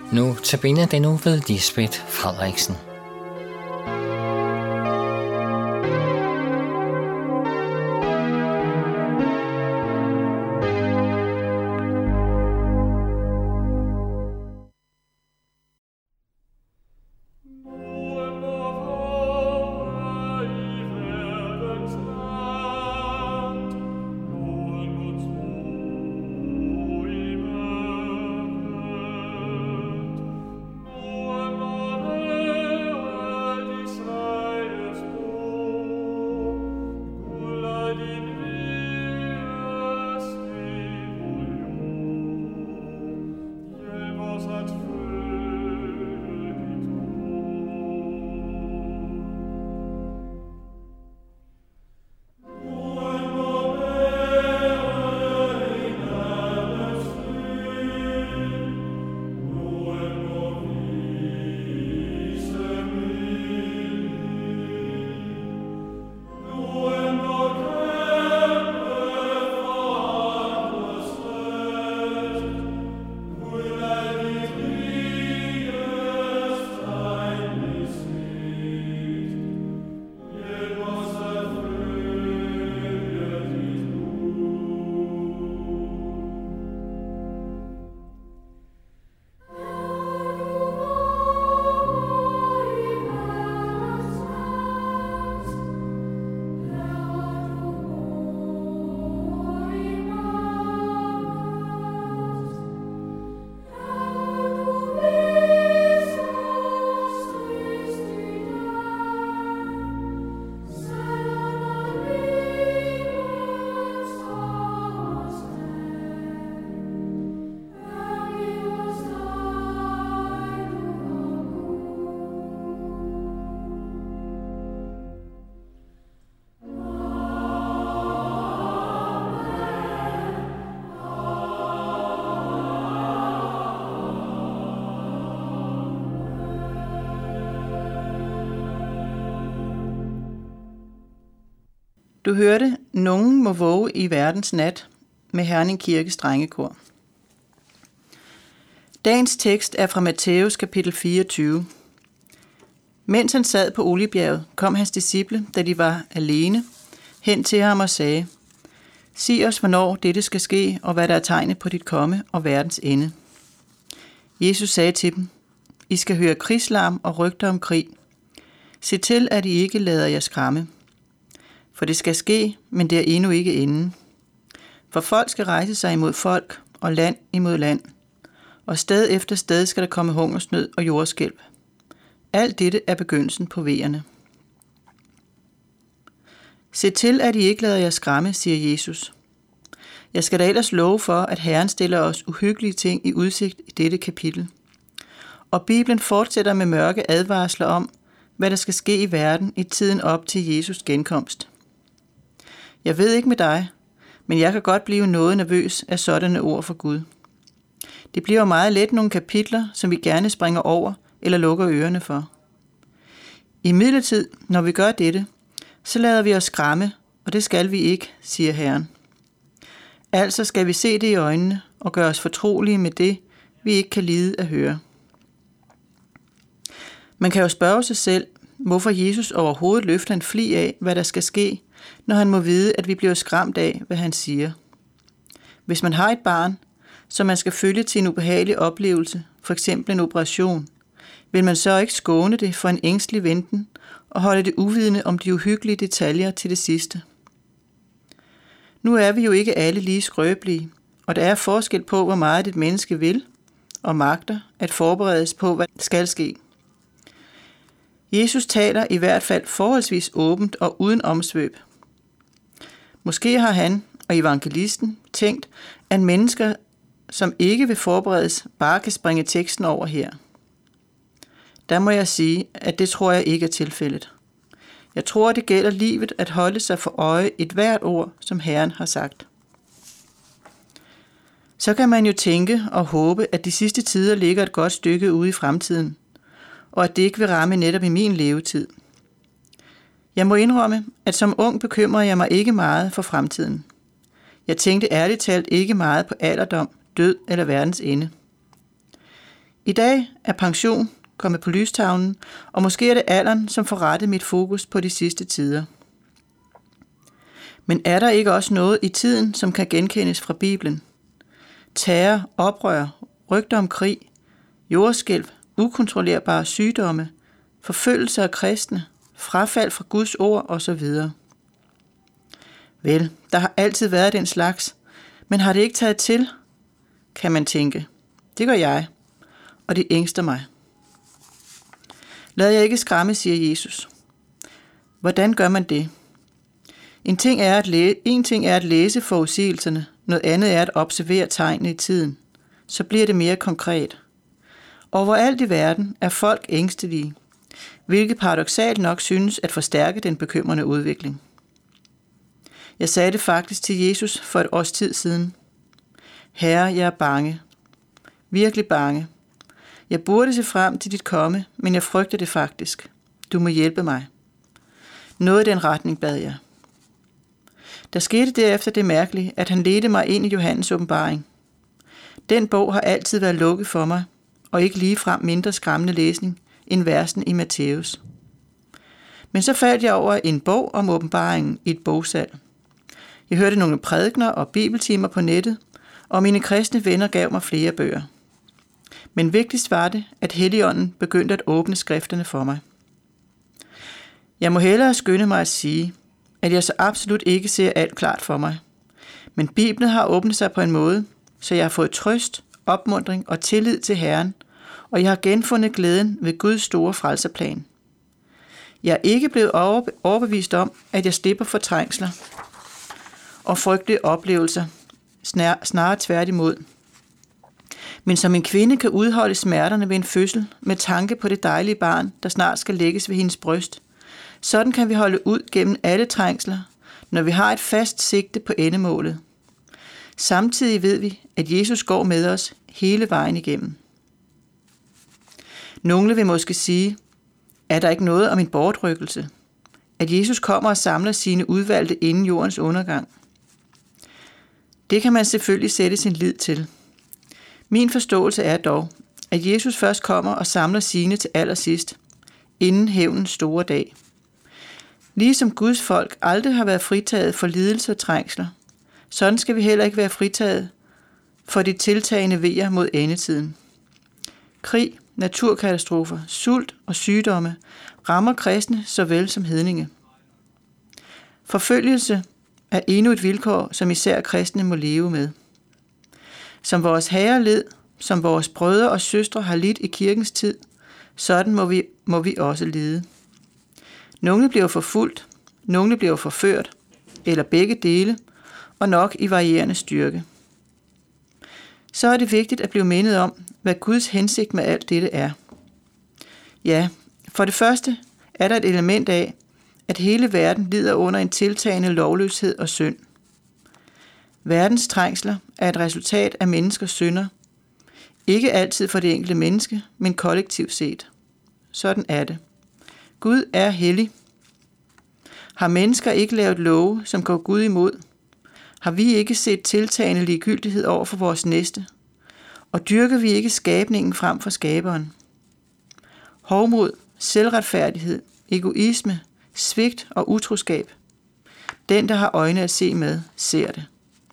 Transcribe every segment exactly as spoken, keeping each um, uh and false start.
Nu tabiner den nu ved Lisbeth Frederiksen. Du hørte Nogen må våge i verdens nat med Herning Kirkes drengekor. Dagens tekst er fra Matthæus kapitel fireogtyve. Mens han sad på Oliebjerget, kom hans disciple, da de var alene, hen til ham og sagde: Sig os, hvornår dette skal ske, og hvad der er tegnet på dit komme og verdens ende. Jesus sagde til dem: I skal høre krigslarm og rygter om krig. Se til, at I ikke lader jer skræmme. For det skal ske, men det er endnu ikke enden. For folk skal rejse sig imod folk, og land imod land. Og sted efter sted skal der komme hungersnød og jordskælv. Alt dette er begyndelsen på vejerne. Se til, at I ikke lader jer skræmme, siger Jesus. Jeg skal da ellers love for, at Herren stiller os uhyggelige ting i udsigt i dette kapitel. Og Bibelen fortsætter med mørke advarsler om, hvad der skal ske i verden i tiden op til Jesus genkomst. Jeg ved ikke med dig, men jeg kan godt blive noget nervøs af sådanne ord fra Gud. Det bliver meget let nogle kapitler, som vi gerne springer over eller lukker ørerne for. I midlertid, når vi gør dette, så lader vi os skræmme, og det skal vi ikke, siger Herren. Altså skal vi se det i øjnene og gøre os fortrolige med det, vi ikke kan lide at høre. Man kan jo spørge sig selv, hvorfor Jesus overhovedet løfter en fli af, hvad der skal ske, når han må vide, at vi bliver skræmt af, hvad han siger. Hvis man har et barn, som man skal følge til en ubehagelig oplevelse, for eksempel en operation, vil man så ikke skåne det for en ængstelig venten og holde det uvidende om de uhyggelige detaljer til det sidste. Nu er vi jo ikke alle lige skrøbelige, og der er forskel på, hvor meget et menneske vil og magter at forberedes på, hvad der skal ske. Jesus taler i hvert fald forholdsvis åbent og uden omsvøb. Måske har han og evangelisten tænkt, at mennesker, som ikke vil forberedes, bare kan springe teksten over her. Der må jeg sige, at det tror jeg ikke er tilfældet. Jeg tror, det gælder livet at holde sig for øje et hvert ord, som Herren har sagt. Så kan man jo tænke og håbe, at de sidste tider ligger et godt stykke ude i fremtiden, og at det ikke vil ramme netop i min levetid. Jeg må indrømme, at som ung bekymrede jeg mig ikke meget for fremtiden. Jeg tænkte ærligt talt ikke meget på alderdom, død eller verdens ende. I dag er pension kommet på lystavlen, og måske er det alderen, som får rettet mit fokus på de sidste tider. Men er der ikke også noget i tiden, som kan genkendes fra Bibelen? Terror, oprør, rygter om krig, jordskælv, ukontrollerbare sygdomme, forfølgelse af kristne, frafald fra Guds ord osv. Vel, der har altid været den slags, men har det ikke taget til, kan man tænke. Det gør jeg, og det ængster mig. Lad jer ikke skræmme, siger Jesus. Hvordan gør man det? En ting er at, læ- en ting er at læse forudsigelserne, noget andet er at observere tegnene i tiden. Så bliver det mere konkret. Overalt i verden er folk ængstelige, hvilket paradoksalt nok synes at forstærke den bekymrende udvikling. Jeg sagde det faktisk til Jesus for et års tid siden. Herre, jeg er bange. Virkelig bange. Jeg burde se frem til dit komme, men jeg frygter det faktisk. Du må hjælpe mig. Noget i den retning bad jeg. Der skete derefter det mærkelige, at han ledte mig ind i Johannes åbenbaring. Den bog har altid været lukket for mig, og ikke ligefrem mindre skræmmende læsning end versen i Matthæus. Men så faldt jeg over en bog om åbenbaringen i et bogsalg. Jeg hørte nogle prædikener og bibeltimer på nettet, og mine kristne venner gav mig flere bøger. Men vigtigst var det, at Helligånden begyndte at åbne skrifterne for mig. Jeg må hellere skynde mig at sige, at jeg så absolut ikke ser alt klart for mig. Men Bibelen har åbnet sig på en måde, så jeg har fået trøst, opmuntring og tillid til Herren, og jeg har genfundet glæden ved Guds store frelserplan. Jeg er ikke blevet overbevist om, at jeg slipper for trængsler og frygtelige oplevelser, snarere tværtimod. Men som en kvinde kan udholde smerterne ved en fødsel med tanke på det dejlige barn, der snart skal lægges ved hendes bryst, sådan kan vi holde ud gennem alle trængsler, når vi har et fast sigte på endemålet. Samtidig ved vi, at Jesus går med os hele vejen igennem. Nogle vil måske sige, er der ikke noget om en bortrykkelse? At Jesus kommer og samler sine udvalgte inden jordens undergang? Det kan man selvfølgelig sætte sin lid til. Min forståelse er dog, at Jesus først kommer og samler sine til allersidst, inden hævnens store dag. Ligesom Guds folk aldrig har været fritaget for lidelse og trængsler, sådan skal vi heller ikke være fritaget for de tiltagende vejer mod endetiden. Krig, naturkatastrofer, sult og sygdomme rammer kristne såvel som hedninge. Forfølgelse er endnu et vilkår, som især kristne må leve med. Som vores Herre led, som vores brødre og søstre har lidt i kirkens tid, sådan må vi, må vi også lide. Nogle bliver forfulgt, nogle bliver forført, eller begge dele, og nok i varierende styrke. Så er det vigtigt at blive mindet om, hvad Guds hensigt med alt dette er. Ja, for det første er der et element af, at hele verden lider under en tiltagende lovløshed og synd. Verdens trængsler er et resultat af menneskers synder. Ikke altid for det enkelte menneske, men kollektivt set. Sådan er det. Gud er hellig. Har mennesker ikke lavet love, som går Gud imod? Har vi ikke set tiltagende ligegyldighed over for vores næste? Og dyrker vi ikke skabningen frem for skaberen? Hovmod, selvretfærdighed, egoisme, svigt og utroskab. Den, der har øjne at se med, ser det.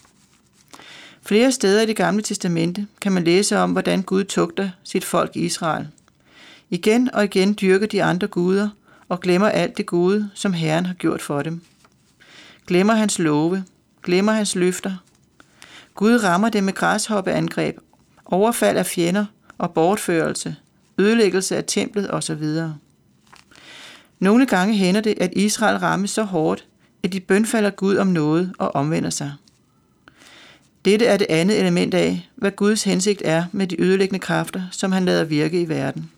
Flere steder i Det Gamle Testamente kan man læse om, hvordan Gud tugter sit folk Israel. Igen og igen dyrker de andre guder og glemmer alt det gode, som Herren har gjort for dem. Glemmer hans love, glemmer hans løfter. Gud rammer dem med græshoppeangreb, overfald af fjender og bortførelse, ødelæggelse af templet osv. Nogle gange hænder det, at Israel rammes så hårdt, at de bønfalder Gud om noget og omvender sig. Dette er det andet element af, hvad Guds hensigt er med de ødelæggende kræfter, som han lader virke i verden.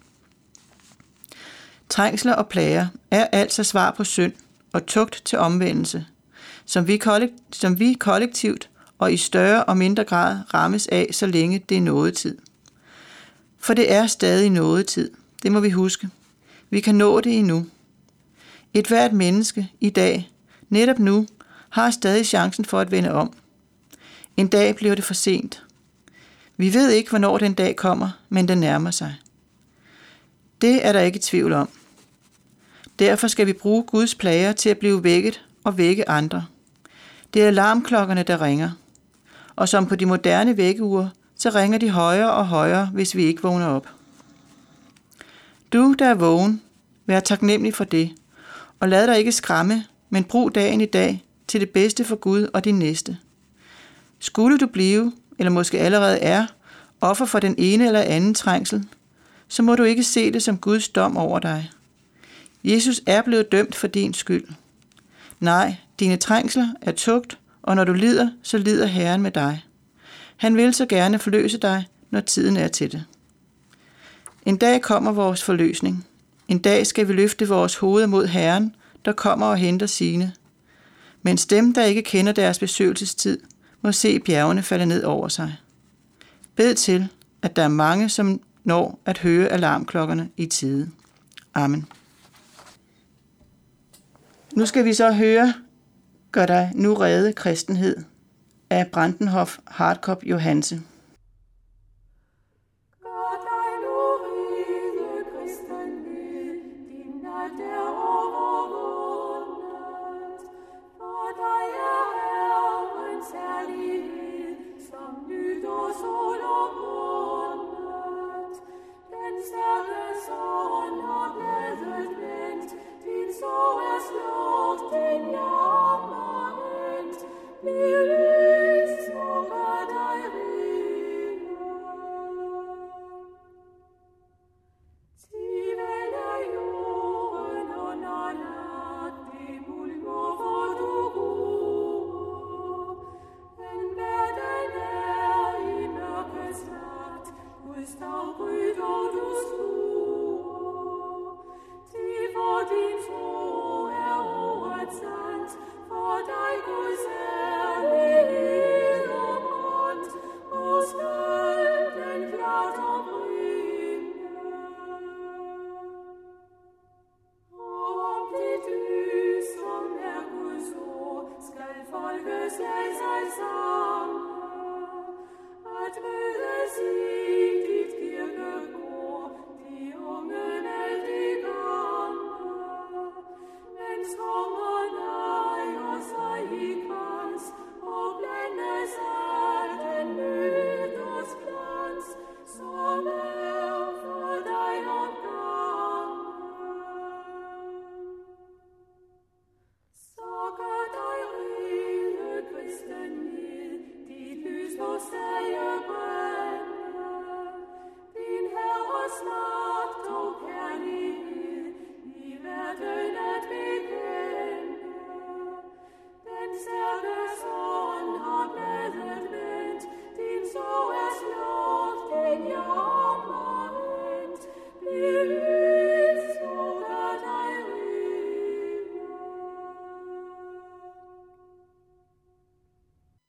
Trængsler og plager er altså svar på synd og tugt til omvendelse, som vi, kollekt- som vi kollektivt og i større og mindre grad rammes af, så længe det er nådetid. For det er stadig nådetid, det må vi huske. Vi kan nå det endnu. Et hvert menneske i dag, netop nu, har stadig chancen for at vende om. En dag bliver det for sent. Vi ved ikke, hvornår den dag kommer, men den nærmer sig. Det er der ikke tvivl om. Derfor skal vi bruge Guds plager til at blive vækket og vække andre. Det er alarmklokkerne, der ringer. Og som på de moderne vækkeure, så ringer de højere og højere, hvis vi ikke vågner op. Du, der er vågen, vær taknemmelig for det, og lad dig ikke skræmme, men brug dagen i dag til det bedste for Gud og din næste. Skulle du blive, eller måske allerede er, offer for den ene eller anden trængsel, så må du ikke se det som Guds dom over dig. Jesus er blevet dømt for din skyld. Nej, dine trængsler er tugt, og når du lider, så lider Herren med dig. Han vil så gerne forløse dig, når tiden er til det. En dag kommer vores forløsning. En dag skal vi løfte vores hoveder mod Herren, der kommer og henter sine. Mens dem, der ikke kender deres besøgelsestid, må se bjergene falde ned over sig. Bed til, at der er mange, som når at høre alarmklokkerne i tide. Amen. Nu skal vi så høre Gør dig nu rede kristenhed af Brandenhoff Hardkop Johanse. Folges jeg sig sammen.